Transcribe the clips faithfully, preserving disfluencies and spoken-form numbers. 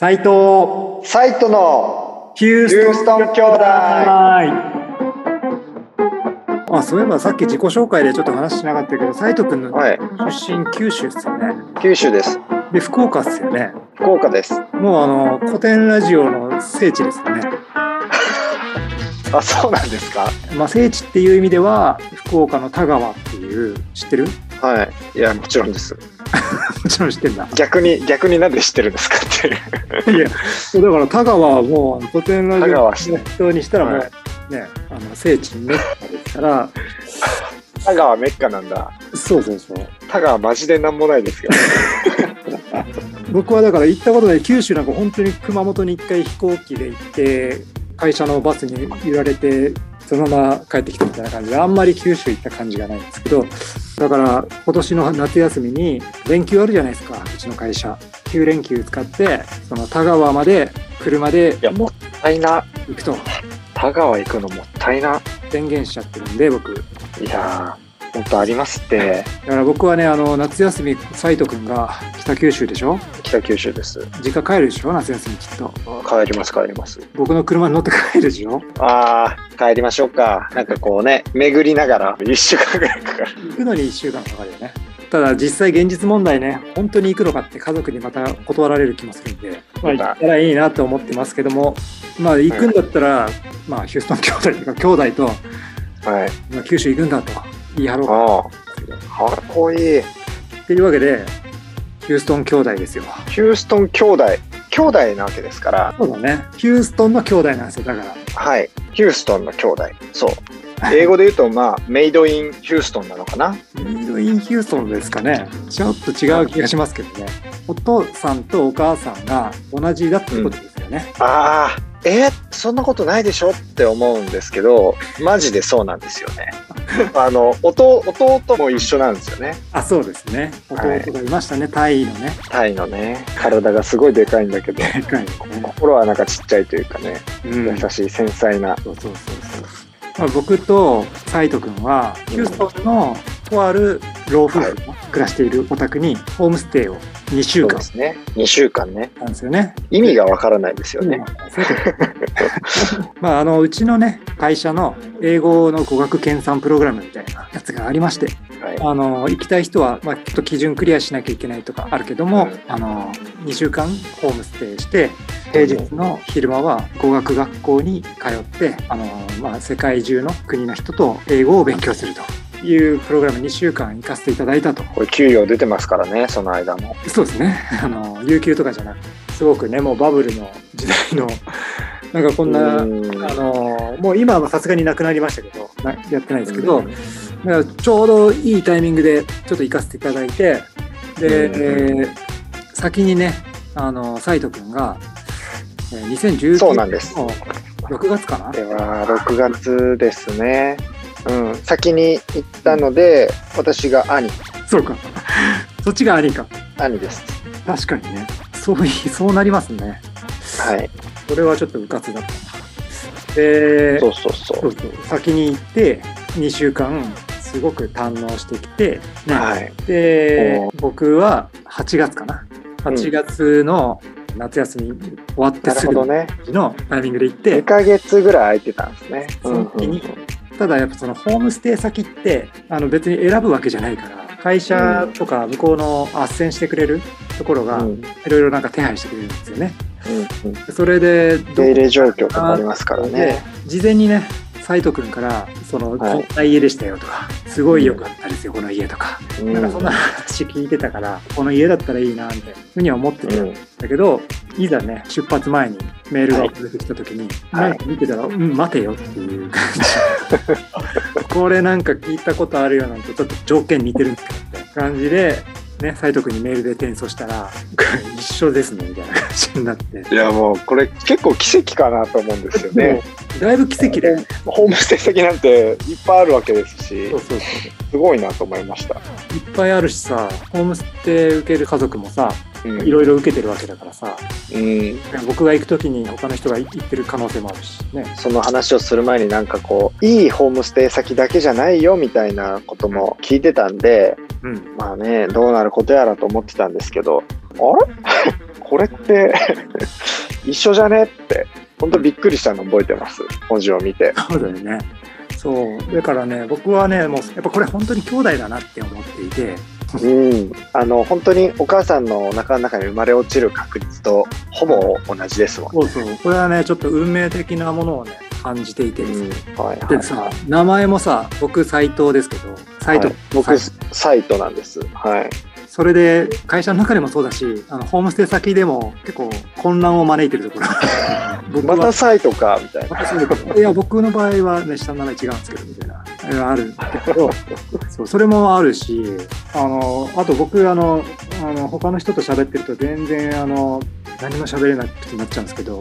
斉藤サイトのヒューヒューストン兄弟。 あ、そういえばさっき自己紹介でちょっと話しなかったけど、斉藤君のはい、 出身九州っすよね。 九州です。 で、福岡っすよね。 福岡です。 もうあの古典ラジオの聖地ですよね。 あ、そうなんですか。 まあ聖地っていう意味では福岡の田川っていう知ってる？ はい。いや、もちろんです。 もちろん知ってんだ。 逆に逆になんで知ってるんですかっていう。 いや、だから田川はもう古典ラジオの人にしたらもう、 はいね、あの聖地メッカですから。 田川メッカなんだ。 そうそうそう。 田川マジでなんもないですよ。 僕はだから行ったことない。九州なんか本当に熊本に一回飛行機で行って会社のバスに揺られてそのまま帰ってきたみたいな感じで、あんまり九州行った感じがないんですけど、だから今年の夏休みに連休あるじゃないですか、うちの会社きゅう連休使ってその田川まで車でいや、もったいな。 行くと田川行くのもったいな。 宣言しちゃってるんで、僕いやー、本当ありますって。 だから僕はね、あの夏休み斉藤君が北九州でしょ。 北九州です。 実家帰るでしょ、夏休みきっと。 帰ります帰ります。 僕の車に乗って帰るでしょ。 あー、帰りましょうか。なんかこうね、巡りながらいっしゅうかんぐらいかかる。 行くのにいっしゅうかんかかるよね。ただ実際現実問題ね、本当に行くのかって家族にまた断られる気もするんで、まあ、行ったらいいなと思ってますけども、まあ行くんだったら、うん、まあヒューストン兄弟とか兄弟と、はい、まあ、九州行くんだと言い張ろうか。 ああ、かっこいい。 っていうわけでヒューストン兄弟ですよ。 ヒューストン兄弟、兄弟なわけですから。 そうだね。ヒューストンの兄弟なんですよ。だから。 はい。ヒューストンの兄弟。そう。英語で言うと、まあ、メイドインヒューストンなのかな。 メイドインヒューストンですかね。ちょっと違う気がしますけどね。お父さんとお母さんが同じだってことですよね。 うん、ああ、えー、そんなことないでしょって思うんですけど、マジでそうなんですよね。あの 弟, 弟も一緒なんですよね。 あ、そうですね。弟がいましたね、はい、タイのね。 タイのね、体がすごいでかいんだけど、でかい、ね、心はなんかちっちゃいというかね、うん、優しい繊細な。そうそうそうそう。 まあ、僕と斉藤君はヒューストンのとある老夫婦が暮らしているお宅にホームステイをにしゅうかん。 そうですね。にしゅうかんね。 なんですよね。 意味がわからないですよね。 まああのうちのね会社の英語の語学研鑽プログラムみたいなやつがありまして、はい、あの行きたい人はまあきっと基準クリアしなきゃいけないとかあるけども、うん、あのにしゅうかんホームステイして平日の昼間は語学学校に通ってあの、まあ、世界中の国の人と英語を勉強するというプログラムにしゅうかん行かせていただいたと。 これ給料出てますからね、その間も。 そうですね。あの有給とかじゃなくてすごくね、もうバブルの時代のなんかこんなあのもう今はさすがになくなりましたけどなやってないですけど、だからちょうどいいタイミングでちょっと行かせていただいて、で、えー、先にねあの斉藤君がにせんじゅうきゅうねんのろくがつかな。 ではろくがつですね。うん、先に行ったので、私が兄。 そうか。そっちが兄か。 兄です。 確かにね。そういそうなりますね。 はい。 それはちょっとうかつだった。で、 そうそうそう。 そうそう先に行ってにしゅうかんすごく堪能してきて、ね、はい。で、僕ははちがつかな。はちがつの夏休み終わってすぐのタイミングで行って、 にかげつぐらい空いてたんですね。 その時に、うんうんうん、ただやっぱそのホームステイ先ってあの別に選ぶわけじゃないから、会社とか向こうの斡旋してくれるところがいろいろなんか手配してくれるんですよね。うんうん、それで受入れ状況とかありますからね。 事前にね斉藤君からその、はい、こんな家でしたよとか、すごい良かったですよ、うん、この家とか、うん、なんかそんな話聞いてたから、この家だったらいいなみたいなふうには思ってたんだけど、うん、いざね出発前にメールが送られてきた時に、はい、なんか見てたら、はい、うん待てよっていう感じこれなんか聞いたことあるよなんてちょっと条件似てるんですけどみたいな感じでね、斉藤君にメールで転送したら一緒ですねみたいな感じになって、 いやもうこれ結構奇跡かなと思うんですよね。 だいぶ奇跡で、ね、 ホームステイ先なんていっぱいあるわけですし、そうそうそうすごいなと思いました。 いっぱいあるしさ、ホームステイ受ける家族もさ、いろいろ受けてるわけだからさ、うん、僕が行く時に他の人が行ってる可能性もあるしね。 その話をする前になんかこういいホームステイ先だけじゃないよみたいなことも聞いてたんで、うん、まあねどうなることやらと思ってたんですけど、あれこれって一緒じゃねって本当びっくりしたの覚えてます、文字を見て。 そうだよね。そうだからね、僕はねもうやっぱこれ本当に兄弟だなって思っていて、 うん、あの本当にお母さんのお腹の中に生まれ落ちる確率とほぼ同じですもんね。 そうそう、これはねちょっと運命的なものをね感じていてですね、 うんはいはいはい、 でさ、名前もさ、僕斉藤ですけど、斉藤、 はい、僕斉藤なんです。はい。それで会社の中でもそうだし、あのホームステイ先でも結構混乱を招いてるところ僕また斉藤かみたいな。 いや僕の場合はね下の名前違うんですけどみたいなあるんだけどそうそれもあるし、あのあと僕あのあの他の人と喋ってると全然あの何も喋れなくなっちゃうんですけど。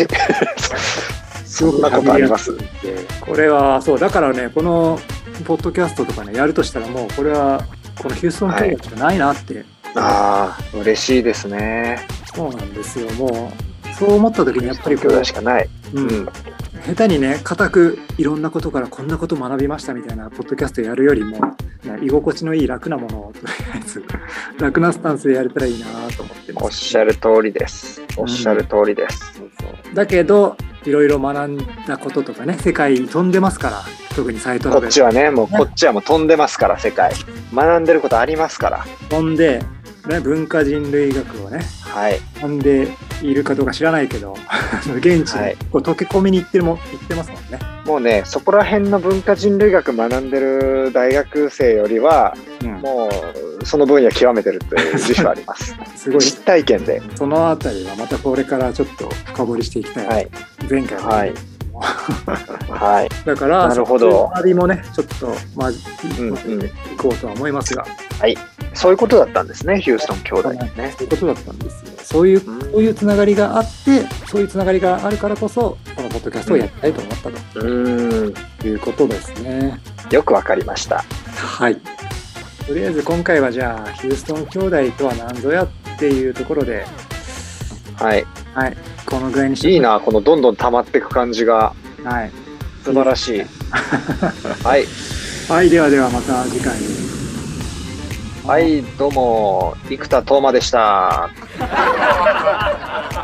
そんなことあります？ これはそうだからね、このポッドキャストとかねやるとしたらもうこれはこのヒューストン兄弟しかないなって、はい、 ああ嬉しいですね。 そうなんですよ。もうそう思った時にやっぱりこうしかない、 うん、下手にね固くいろんなことからこんなこと学びましたみたいなポッドキャストやるよりも居心地のいい楽なものをとりあえず楽なスタンスでやれたらいいなと思ってます。 おっしゃる通りです。おっしゃる通りです、うん、そうそうだけどいろいろ学んだこととかね、世界飛んでますから、特にサイトラベルこっちはねもうこっちはもう飛んでますから、世界学んでることありますから。 飛んで、ね、文化人類学をね、 はい、 飛んでいるかどうか知らないけど現地にこう溶け込みに行ってるも行ってますもんね。 もうねそこら辺の文化人類学学んでる大学生よりは、うん、もうその分野極めてるという自負ありますすごい実体験で。 そのあたりはまたこれからちょっと深掘りしていきたい、はい、前回は、 はいはい、 だからなるほど、 周りもねちょっとまあ、うんうん、いこうとは思いますが、 はい、そういうことだったんですね、ヒューストン兄弟ね。 そういうことだったんですよ。そういう、うん、そういうつながりがあって、そういうつながりがあるからこそこのポッドキャストをやりたいと思ったと、うん、いうことですね。 よくわかりました。 はい。とりあえず今回はじゃあヒューストン兄弟とは何ぞやっていうところで、 はい、 はい、このぐらいにしていいな、このどんどん溜まっていく感じが、 はい、 素晴らしい。はい、 はい、ではではまた次回に。 はい、どうも生田斗真でした。